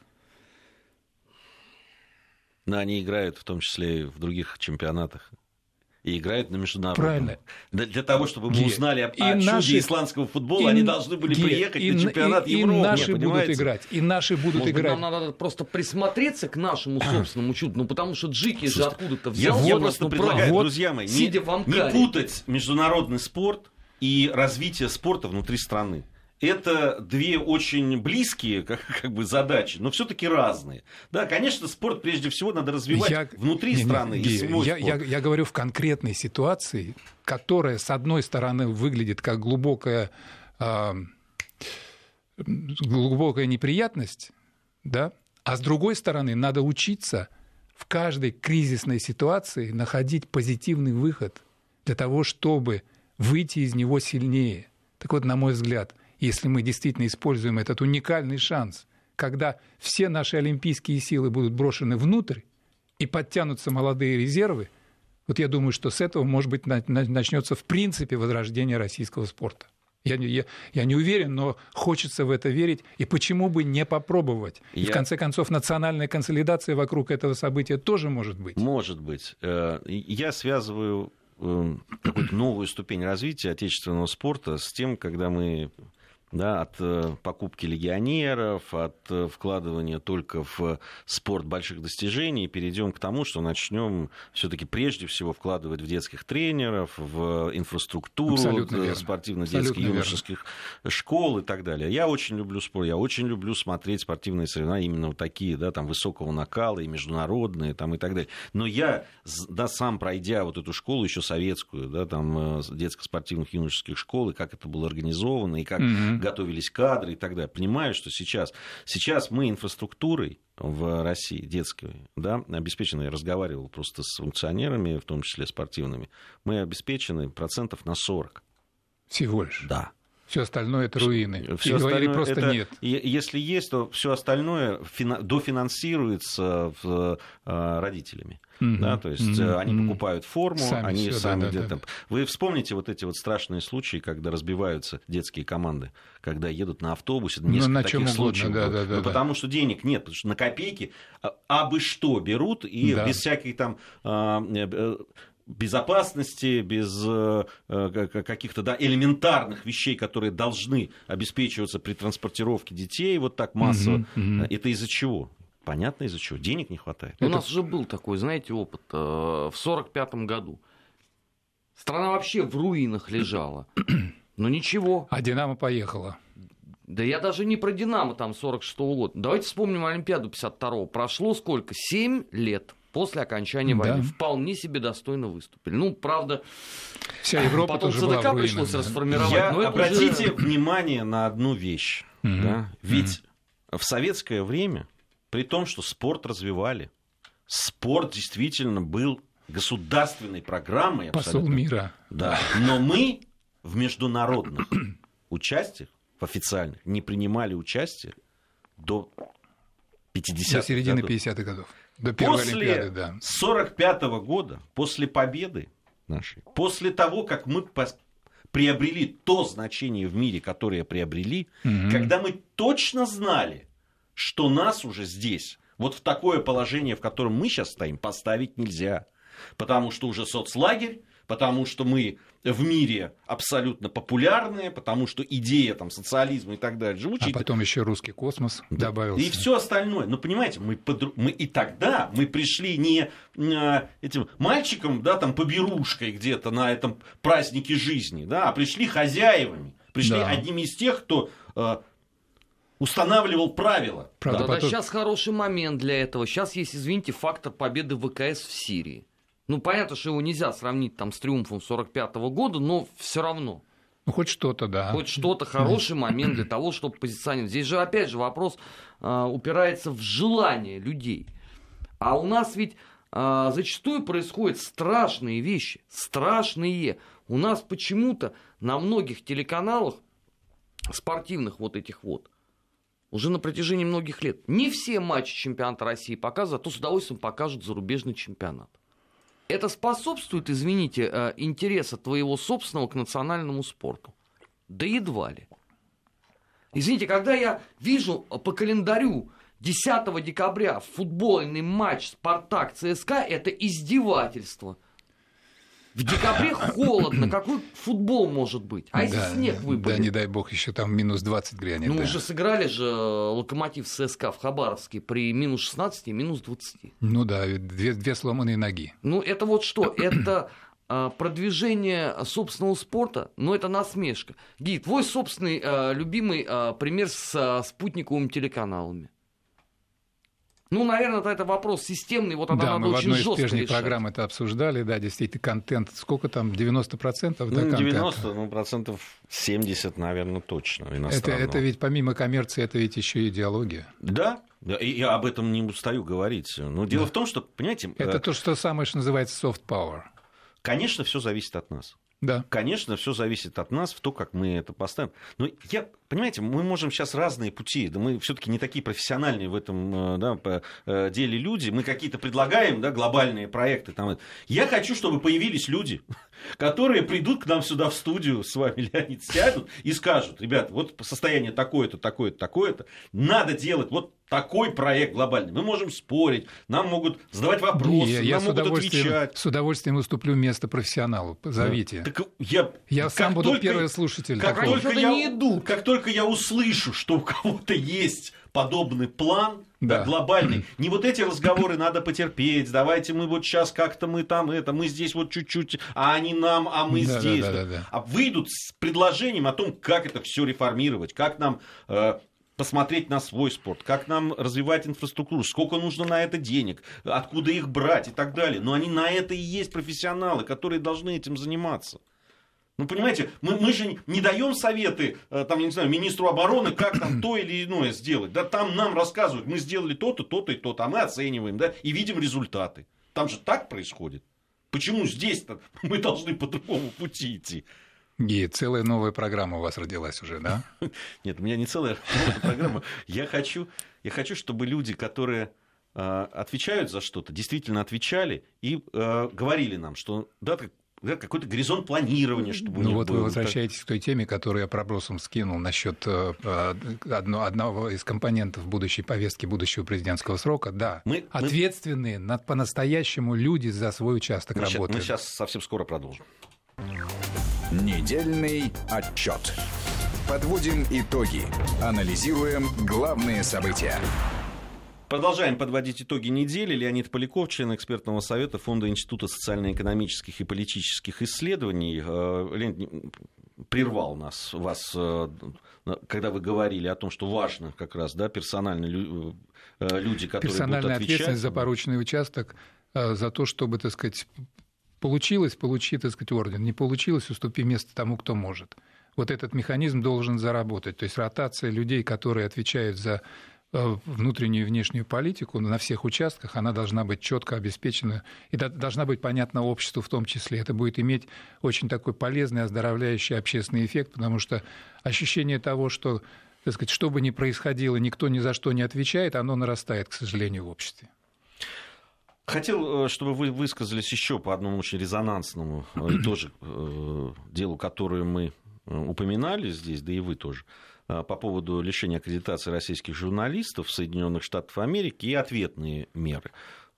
Но они играют в том числе и в других чемпионатах. И играют на международном. Правильно. Для, для того, чтобы мы узнали о, о наши, чуде исландского футбола, и, они должны были Ге, приехать и, на чемпионат и, Европы. И наши Нет, будут играть. И наши будут Может играть. Быть, нам надо просто присмотреться к нашему собственному чуду. Ну, потому что Джики же откуда-то взял. Я, я просто ну, предлагаю, вот, друзья мои, не, не путать международный спорт и развитие спорта внутри страны. Это две очень близкие как, как бы, задачи, но все-таки разные. Да, конечно, спорт прежде всего надо развивать я, внутри не, страны. Не, и свой я, я, я говорю в конкретной ситуации, которая, с одной стороны, выглядит как глубокая, э, глубокая неприятность, да? А с другой стороны, надо учиться в каждой кризисной ситуации находить позитивный выход для того, чтобы выйти из него сильнее. Так вот, на мой взгляд, если мы действительно используем этот уникальный шанс, когда все наши олимпийские силы будут брошены внутрь и подтянутся молодые резервы, вот я думаю, что с этого, может быть, начнется в принципе возрождение российского спорта. Я не, я, я не уверен, но хочется в это верить. И почему бы не попробовать? И я... в конце концов, национальная консолидация вокруг этого события тоже может быть. Может быть. Я связываю какую-то новую ступень развития отечественного спорта с тем, когда мы да, от э, покупки легионеров, от э, вкладывания только в спорт больших достижений, перейдем к тому, что начнем все-таки прежде всего вкладывать в детских тренеров, в инфраструктуру спортивно-детских, юношеских школ и так далее. Я очень люблю спорт, я очень люблю смотреть спортивные соревнования, именно вот такие, да, там, высокого накала и международные, там, и так далее. Но я, да, сам пройдя вот эту школу еще советскую, да, там, детско-спортивных юношеских школ, и как это было организовано, и как mm-hmm. готовились кадры и так далее, понимаю, что сейчас, сейчас мы инфраструктурой в России детской, да, обеспечены, я разговаривал просто с функционерами, в том числе спортивными, мы обеспечены процентов на сорок. Всего лишь? Да. Все остальное это руины. Все остальное просто это, нет. Если есть, то все остальное дофинансируется родителями. Mm-hmm. Да, то есть mm-hmm. они покупают форму, сами они все, сами да, где-то. Да, да. Вы вспомните вот эти вот страшные случаи, когда разбиваются детские команды, когда едут на автобусе, несколько на таких случаев. Да, да, да, ну, да. Потому что денег нет, потому что на копейки абы что берут и да. без всяких там безопасности, без каких-то, да, элементарных вещей, которые должны обеспечиваться при транспортировке детей вот так массово. Mm-hmm. Mm-hmm. Это из-за чего? Понятно, из-за чего. Денег не хватает. У Это... нас уже был такой, знаете, опыт. В сорок пятом году страна вообще в руинах лежала. Но ничего. А «Динамо» поехала. Да я даже не про «Динамо» там сорок шестого года. Давайте вспомним Олимпиаду пятьдесят второго. Прошло сколько? семь лет. После окончания да. войны вполне себе достойно выступили. Ну, правда, вся Европа потом тоже ЦДК была пришлось да. расформировать. Я, но обратите уже... внимание на одну вещь. Mm-hmm. Да? Ведь mm-hmm. в советское время, при том, что спорт развивали, спорт действительно был государственной программой. Посол мира. Да. Но мы в международных участиях, в официальных, не принимали участие до пятидесятых До середины годов. пятидесятых годов. До первой после Олимпиады, да. сорок пятого года, после победы нашей, после того, как мы приобрели то значение в мире, которое приобрели, угу. когда мы точно знали, что нас уже здесь, вот в такое положение, в котором мы сейчас стоим, поставить нельзя. Потому что уже соцлагерь, потому что мы в мире абсолютно популярные, потому что идея там, социализма и так далее живучая. А потом еще русский космос да. добавился. И все остальное. Но понимаете, мы, под... мы и тогда мы пришли не а, этим мальчиком, да, там, поберушкой где-то на этом празднике жизни, да, а пришли хозяевами. Пришли да. одними из тех, кто а, устанавливал правила. Правда, да, потом... сейчас хороший момент для этого. Сейчас есть, извините, фактор победы ВКС в Сирии. Ну, понятно, что его нельзя сравнить там с триумфом сорок пятого года, но все равно. Ну, хоть что-то, да. Хоть что-то, хороший момент для того, чтобы позиционировать. Здесь же, опять же, вопрос э, упирается в желание людей. А у нас ведь э, зачастую происходят страшные вещи. Страшные. У нас почему-то на многих телеканалах спортивных вот этих вот, уже на протяжении многих лет, не все матчи чемпионата России показывают, а то с удовольствием покажут зарубежный чемпионат. Это способствует, извините, интереса твоего собственного к национальному спорту? Да едва ли. Извините, когда я вижу по календарю десятого декабря футбольный матч «Спартак-ЦСКА», это издевательство. В декабре холодно, какой футбол может быть? А если да, снег выпадет? Да, не дай бог, еще там минус двадцать грянет. Ну, да. уже сыграли же Локомотив с ЦСКА в Хабаровске при минус шестнадцати и минус двадцати. Ну да, две, две сломанные ноги. Ну, это вот что? Это а, продвижение собственного спорта? Ну, это насмешка. Ги, твой собственный а, любимый а, пример с а, спутниковыми телеканалами. Ну, наверное, это вопрос системный, вот это да, надо мы очень жестко решать. в одной из прежних программ это обсуждали, да, действительно, контент, сколько там, девяносто процентов, да, ну, контента? девяносто, ну, процентов семьдесят, наверное, точно это, это ведь помимо коммерции, это ведь еще идеология. Да, и я об этом не устаю говорить. Но дело да. в том, что, понимаете... Это то, что самое, что называется soft power. Конечно, все зависит от нас. Да. Конечно, все зависит от нас, в то, как мы это поставим. Но я, понимаете, мы можем сейчас разные пути. Да мы все-таки не такие профессиональные в этом да, по, деле люди. Мы какие-то предлагаем да, глобальные проекты. Там. Я хочу, чтобы появились люди, которые придут к нам сюда в студию с вами, Леонид, сядут и скажут: ребята, вот состояние такое-то, такое-то, такое-то. Надо делать вот такой проект глобальный. Мы можем спорить, нам могут задавать вопросы, я, нам я могут отвечать. С удовольствием выступлю вместо профессионалу. Позовите. Да. Так я, я сам буду только, первый слушатель. Как только, я, не идут. как только только я услышу, что у кого-то есть подобный план, да. Да, глобальный, не вот эти разговоры надо потерпеть, давайте мы вот сейчас как-то мы там это, мы здесь вот чуть-чуть, а они нам, а мы да, здесь. Да, да, да, да. А выйдут с предложением о том, как это все реформировать, как нам э, посмотреть на свой спорт, как нам развивать инфраструктуру, сколько нужно на это денег, откуда их брать и так далее. Но они на это и есть профессионалы, которые должны этим заниматься. Ну, понимаете, мы, мы же не даем советы, там, я не знаю, министру обороны, как там то или иное сделать. Да там нам рассказывают, мы сделали то-то, то-то и то-то, а мы оцениваем, да, и видим результаты. Там же так происходит. Почему здесь-то мы должны по другому пути идти? И целая новая программа у вас родилась уже, да? Нет, у меня не целая новая программа. Я хочу, я хочу, чтобы люди, которые э, отвечают за что-то, действительно отвечали и э, говорили нам, что да, да, какой-то горизонт планирования, чтобы у ну них вот был. Вы возвращаетесь к той теме, которую я пробросом скинул насчет одно, одного из компонентов будущей повестки будущего президентского срока. Да, мы, ответственные мы... по-настоящему люди за свой участок мы работают. Мы сейчас совсем скоро продолжим. Недельный отчет. Подводим итоги. Анализируем главные события. Продолжаем подводить итоги недели. Леонид Поляков, член экспертного совета Фонда Института социально-экономических и политических исследований. Леонид прервал нас, вас, когда вы говорили о том, что важно как раз, да, персональные люди, которые персональная будут отвечать. Ответственность за порученный участок, за то, чтобы, так сказать, получилось, получи, так сказать, орден. Не получилось, уступи место тому, кто может. Вот этот механизм должен заработать. То есть ротация людей, которые отвечают за внутреннюю и внешнюю политику на всех участках, она должна быть четко обеспечена и должна быть понятна обществу в том числе. Это будет иметь очень такой полезный, оздоровляющий общественный эффект, потому что ощущение того, что, так сказать, что бы ни происходило, никто ни за что не отвечает, оно нарастает, к сожалению, в обществе. Хотел, чтобы вы высказались еще по одному очень резонансному тоже делу, которое мы упоминали здесь, да и вы тоже, по поводу лишения аккредитации российских журналистов в Соединенных Штатах Америки и ответные меры.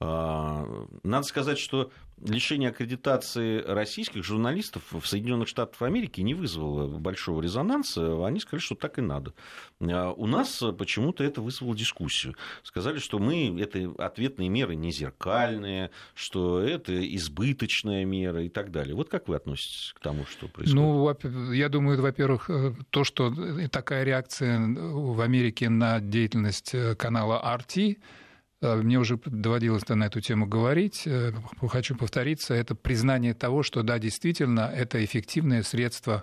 Надо сказать, что лишение аккредитации российских журналистов в Соединенных Штатах Америки не вызвало большого резонанса. Они сказали, что так и надо. У нас почему-то это вызвало дискуссию. Сказали, что мы, это ответные меры не зеркальные, что это избыточная мера и так далее. Вот как вы относитесь к тому, что происходит? Ну, я думаю, во-первых, то, что такая реакция в Америке на деятельность канала ар ти, мне уже доводилось на эту тему говорить, хочу повториться, это признание того, что да, действительно, это эффективное средство,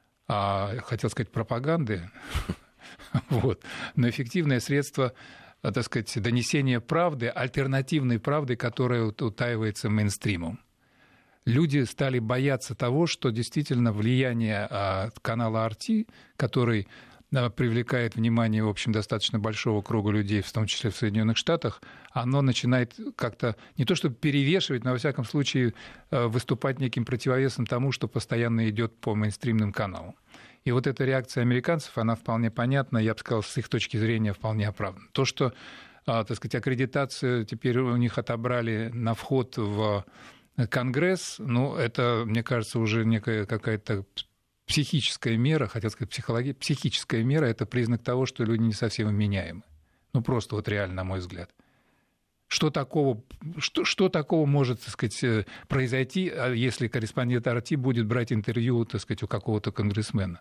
хотел сказать, пропаганды, вот, но эффективное средство, так сказать, донесения правды, альтернативной правды, которая утаивается мейнстримом. Люди стали бояться того, что действительно влияние канала ар ти, который привлекает внимание, в общем, достаточно большого круга людей, в том числе в Соединенных Штатах, оно начинает как-то не то чтобы перевешивать, но, во всяком случае, выступать неким противовесом тому, что постоянно идет по мейнстримным каналам. И вот эта реакция американцев, она вполне понятна, я бы сказал, с их точки зрения вполне оправдана. То, что, так сказать, аккредитацию теперь у них отобрали на вход в Конгресс, ну, это, мне кажется, уже некая какая-то психическая мера, хотел сказать, психология, психическая мера – это признак того, что люди не совсем вменяемы. Ну, просто вот реально, на мой взгляд. Что такого, что, что такого может, так сказать, произойти, если корреспондент ар ти будет брать интервью, так сказать, у какого-то конгрессмена?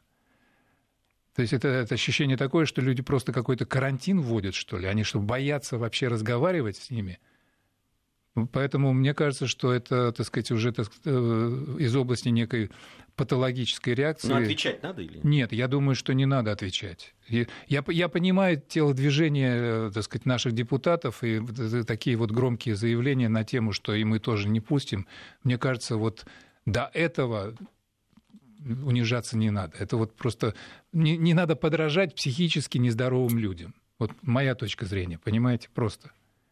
То есть это, это ощущение такое, что люди просто какой-то карантин вводят, что ли? Они что, боятся вообще разговаривать с ними? Поэтому мне кажется, что это, так сказать, уже так, из области некой патологической реакции. Но отвечать надо или нет? Нет, я думаю, что не надо отвечать. Я, я понимаю телодвижение, так сказать, наших депутатов и такие вот громкие заявления на тему, что и мы тоже не пустим. Мне кажется, вот до этого унижаться не надо. Это вот просто не, не надо подражать психически нездоровым людям. Вот моя точка зрения, понимаете, просто.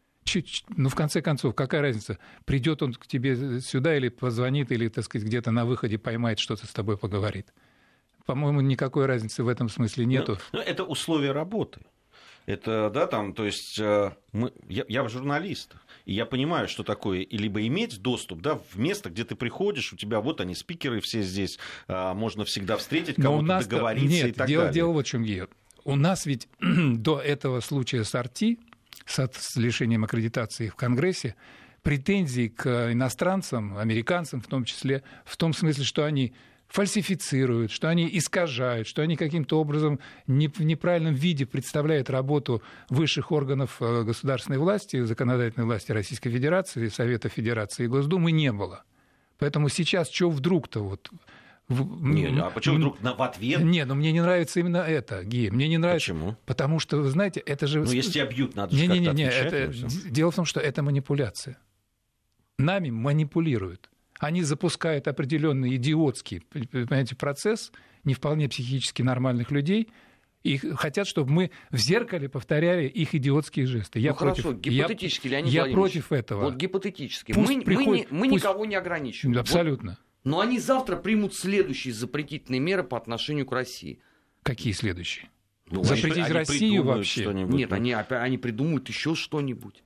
Ну, в конце концов, какая разница, придет он к тебе сюда или позвонит, или, так сказать, где-то на выходе поймает, что-то с тобой поговорит. По-моему, никакой разницы в этом смысле нету. Но, но это условия работы. Это, да, там, то есть, мы, я, я журналист, и я понимаю, что такое, и либо иметь доступ, да, в место, где ты приходишь, у тебя вот они, спикеры все здесь, можно всегда встретить, кому-то договориться нет, и так дело, далее. Дело вот в чем, Гея. У нас ведь до этого случая с Арти, с, с лишением аккредитации в Конгрессе, претензий к иностранцам, американцам в том числе, в том смысле, что они фальсифицируют, что они искажают, что они каким-то образом не, в неправильном виде представляют работу высших органов государственной власти, законодательной власти Российской Федерации, Совета Федерации и Госдумы не было. Поэтому сейчас что вдруг-то вот... Нет, а почему вдруг в ответ? Нет, но мне не нравится именно это, Гея. Мне не нравится. Почему? Потому что, вы знаете, это же... Ну, если тебя бьют, надо же не, как-то не, не, не, отвечать. Это... Дело в том, что это манипуляция. Нами манипулируют. Они запускают определенный идиотский, понимаете, процесс не вполне психически нормальных людей и хотят, чтобы мы в зеркале повторяли их идиотские жесты. Я ну против, хорошо, гипотетически, я, Леонид я Владимирович, против этого. Вот гипотетически. Пусть мы приходит, мы, мы пусть... никого не ограничиваем. Абсолютно. Вот. Но они завтра примут следующие запретительные меры по отношению к России. Какие следующие? Ну, Запретить они, Россию они вообще? Нет, они, они придумают еще что-нибудь.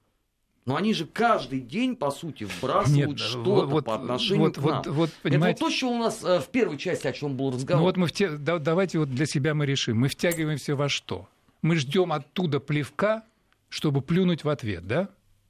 Но они же каждый день, по сути, вбрасывают Нет, что-то вот, по отношению вот, к нам. Вот, вот, это вот то, что у нас э, в первой части, о чем был разговор. Ну вот мы втя... да, давайте вот для себя мы решим. Мы втягиваемся во что? Мы ждем оттуда плевка, чтобы плюнуть в ответ, да?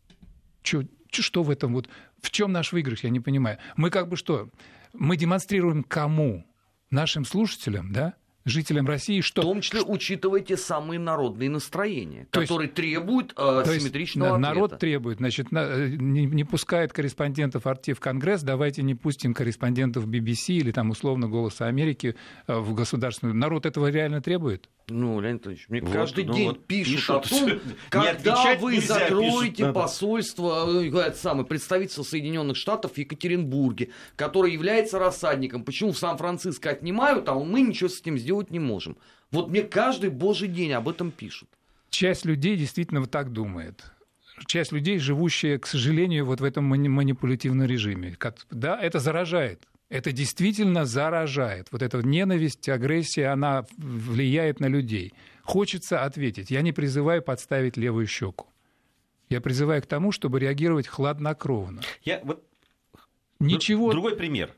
Чё, что в этом вот... В чем наш выигрыш, я не понимаю. Мы как бы что? Мы демонстрируем кому? Нашим слушателям, да? Жителям России, что... В том числе учитывая те самые народные настроения, то которые есть, требуют э, симметричного есть, ответа. Народ требует, значит, на, не, не пускает корреспондентов Арти в Конгресс, давайте не пустим корреспондентов би би си или там условно «Голоса Америки» в государственную. Народ этого реально требует? Ну, Леонид Ильич, мне вот, каждый ну, день вот пишут, пишут о том, когда вы нельзя, закроете пишут, посольство, это самое, представительство Соединенных Штатов в Екатеринбурге, которое является рассадником. Почему в Сан-Франциско отнимают, а мы ничего с этим сделать не можем? Вот мне каждый божий день об этом пишут. Часть людей действительно вот так думает. Часть людей, живущая, к сожалению, вот в этом манипулятивном режиме. Да, это заражает. Это действительно заражает. Вот эта ненависть, агрессия, она влияет на людей. Хочется ответить. Я не призываю подставить левую щеку. Я призываю к тому, чтобы реагировать хладнокровно. Я, вот, Ничего... Другой пример.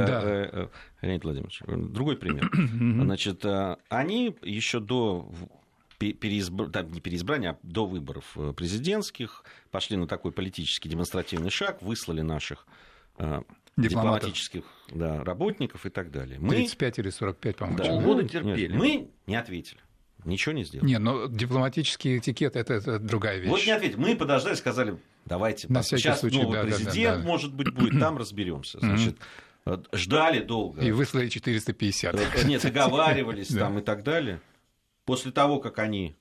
Да. Леонид Владимирович, другой пример. Значит, они еще до... Переизбр... да, не переизбрания, а до выборов президентских пошли на такой политический демонстративный шаг, выслали наших дипломатических да, работников и так далее. Мы... тридцать пять или сорок пять, по-моему. Да. Полгода терпели. Нет, мы не ответили. Ничего не сделали. Нет, но дипломатический этикет это, это другая вещь. Вот не ответили. Мы подождали, сказали, давайте, на сейчас случай, новый да, президент, да, да. может быть, будет, там разберемся. Значит, ждали долго. И выслали четыреста пятьдесят. Нет, договаривались там и так далее. После того, как они...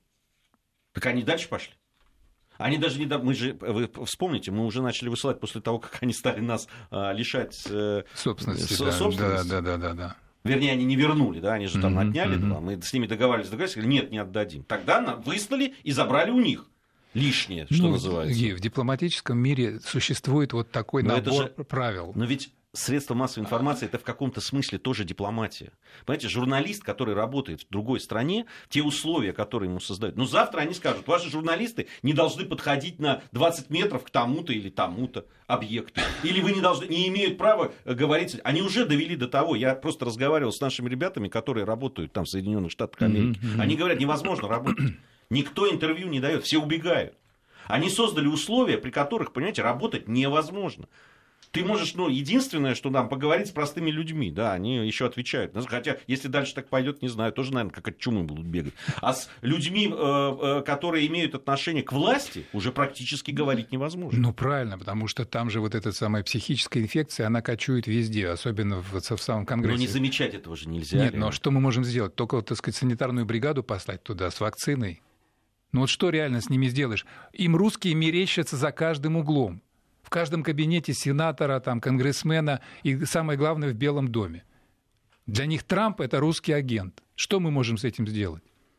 Так они дальше пошли. Они даже не... Мы же, вы вспомните, мы уже начали высылать после того, как они стали нас а, лишать э, собственности. со, Да, собственности. Да, да, да, да, да. Вернее, они не вернули, да, они же там Mm-hmm, отняли, mm-hmm. да, мы с ними договаривались, договаривались, сказали, нет, не отдадим. Тогда нам выслали и забрали у них лишнее, что ну, называется. В дипломатическом мире существует вот такой Но набор же... правил. Но ведь средства массовой информации – это в каком-то смысле тоже дипломатия. Понимаете, журналист, который работает в другой стране, те условия, которые ему создают. Ну, завтра они скажут, ваши журналисты не должны подходить на двадцать метров к тому-то или тому-то объекту. Или вы не, должны, не имеют права говорить. Они уже довели до того. Я просто разговаривал с нашими ребятами, которые работают там в Соединенных Штатах Америки. Mm-hmm. Они говорят, невозможно работать. Никто интервью не дает, все убегают. Они создали условия, при которых, понимаете, работать невозможно. Ты можешь, ну, единственное, что нам поговорить с простыми людьми, да, они еще отвечают. Хотя, если дальше так пойдет, не знаю, тоже, наверное, как от чумы будут бегать. А с людьми, которые имеют отношение к власти, уже практически говорить невозможно. Ну, правильно, потому что там же вот эта самая психическая инфекция, она кочует везде, особенно в, в самом Конгрессе. Но не замечать этого же нельзя. Нет, но что мы можем сделать? Только, вот, так сказать, санитарную бригаду послать туда с вакциной. Ну, вот что реально с ними сделаешь? Им русские мерещатся за каждым углом. В каждом кабинете сенатора, там, конгрессмена и, самое главное, в Белом доме. Для них Трамп – это русский агент. Что мы можем с этим сделать?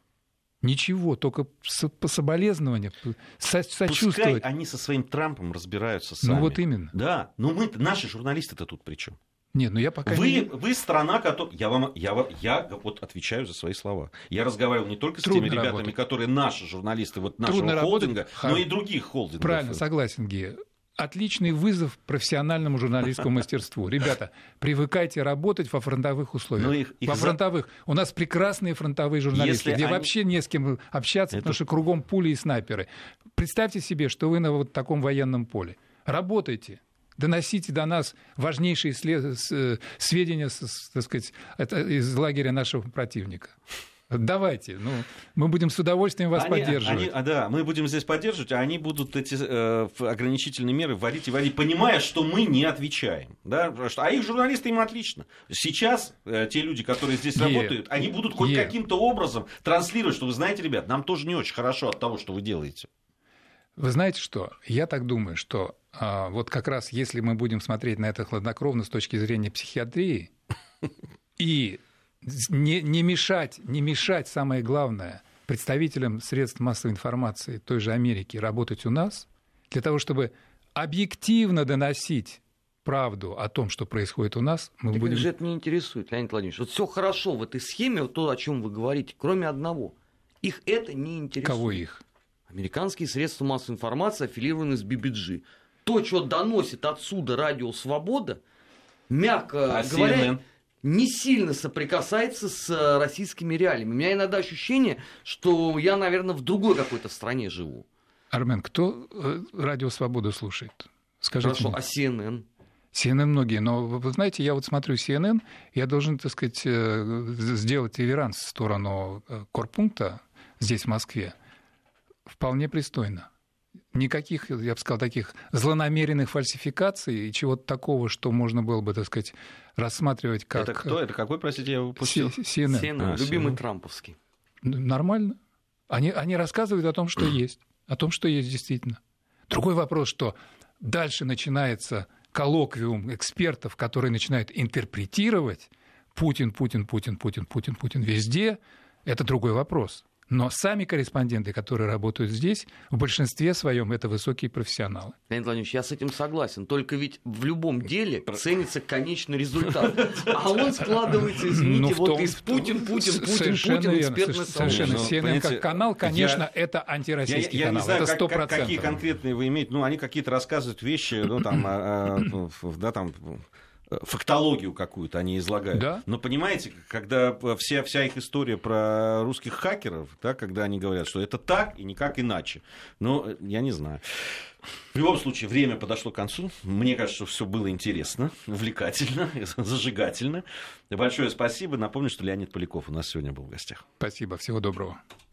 Ничего, только по соболезнованию, сочувствовать. Пускай они со своим Трампом разбираются сами. Ну вот именно. Да, но мы наши журналисты-то тут при чем? Нет, ну я пока вы, не... вы страна, которая... Я, вам, я, вам, я вот отвечаю за свои слова. Я разговаривал не только с Трудно теми ребятами, работать. которые наши журналисты вот нашего Трудно холдинга, работать. но и других холдингов. Правильно, согласен, Гея. Отличный вызов профессиональному журналистскому мастерству. Ребята, привыкайте работать во фронтовых условиях. Их, их во за... фронтовых. У нас прекрасные фронтовые журналисты, Если где они... вообще не с кем общаться, Это... потому что кругом пули и снайперы. Представьте себе, что вы на вот таком военном поле. Работайте. Доносите до нас важнейшие след... сведения, так сказать, из лагеря нашего противника. Давайте, ну, мы будем с удовольствием вас они, поддерживать. Они, а, да, мы будем здесь поддерживать, а они будут эти э, ограничительные меры вводить и вводить, понимая, что мы не отвечаем. Да? А их журналисты им отлично. Сейчас э, те люди, которые здесь е, работают, они будут хоть е. каким-то образом транслировать, что вы знаете, ребят, нам тоже не очень хорошо от того, что вы делаете. Вы знаете что? Я так думаю, что а, вот как раз если мы будем смотреть на это хладнокровно с точки зрения психиатрии и не, не мешать, не мешать, самое главное, представителям средств массовой информации той же Америки работать у нас, для того, чтобы объективно доносить правду о том, что происходит у нас, мы так будем... их же это не интересует, Леонид Владимирович. Вот все хорошо в этой схеме, вот то, о чем вы говорите, кроме одного. Их это не интересует. Кого их? Американские средства массовой информации, аффилированные с би би джи. То, что доносит отсюда Радио Свобода, мягко а говоря, си эн эн? Не сильно соприкасается с российскими реалиями. У меня иногда ощущение, что я, наверное, в другой какой-то стране живу. Армен, кто Радио Свободу слушает? Скажите Хорошо, мне. а си эн эн? си эн эн многие, но вы знаете, я вот смотрю си эн эн, я должен, так сказать, сделать реверанс в сторону корпункта здесь, в Москве, вполне пристойно. Никаких, я бы сказал, таких злонамеренных фальсификаций и чего-то такого, что можно было бы, так сказать, рассматривать как... Это кто? Это какой, простите, я выпустил? си эн эн. си эн эн, А, любимый си эн эн. трамповский. Нормально. Они, они рассказывают о том, что есть. О том, что есть действительно. Другой вопрос, что дальше начинается коллоквиум экспертов, которые начинают интерпретировать Путин, Путин, Путин, Путин, Путин, Путин везде. Это другой вопрос. Но сами корреспонденты, которые работают здесь, в большинстве своем это высокие профессионалы. Леонид Владимирович, я с этим согласен. Только ведь в любом деле ценится конечный результат. А он складывается, извините, Ну, в вот том- из Путин, Путин, Путин, Совершенно Путин, верно, экспертное совершенно. Ну, сообщество. си эн эн понимаете, как канал, конечно, это Я, антироссийский я не канал. знаю, Это как- сто как- процентов. какие конкретные вы имеете. Ну, они какие-то рассказывают вещи, ну, там, а, а, да, там, фактологию какую-то они излагают. Да. Но понимаете, когда вся, вся их история про русских хакеров, да, когда они говорят, что это так и никак иначе. Ну, я не знаю. В любом случае, время подошло к концу. Мне кажется, что все было интересно, увлекательно, зажигательно. Большое спасибо. Напомню, что Леонид Поляков у нас сегодня был в гостях. Спасибо, всего доброго.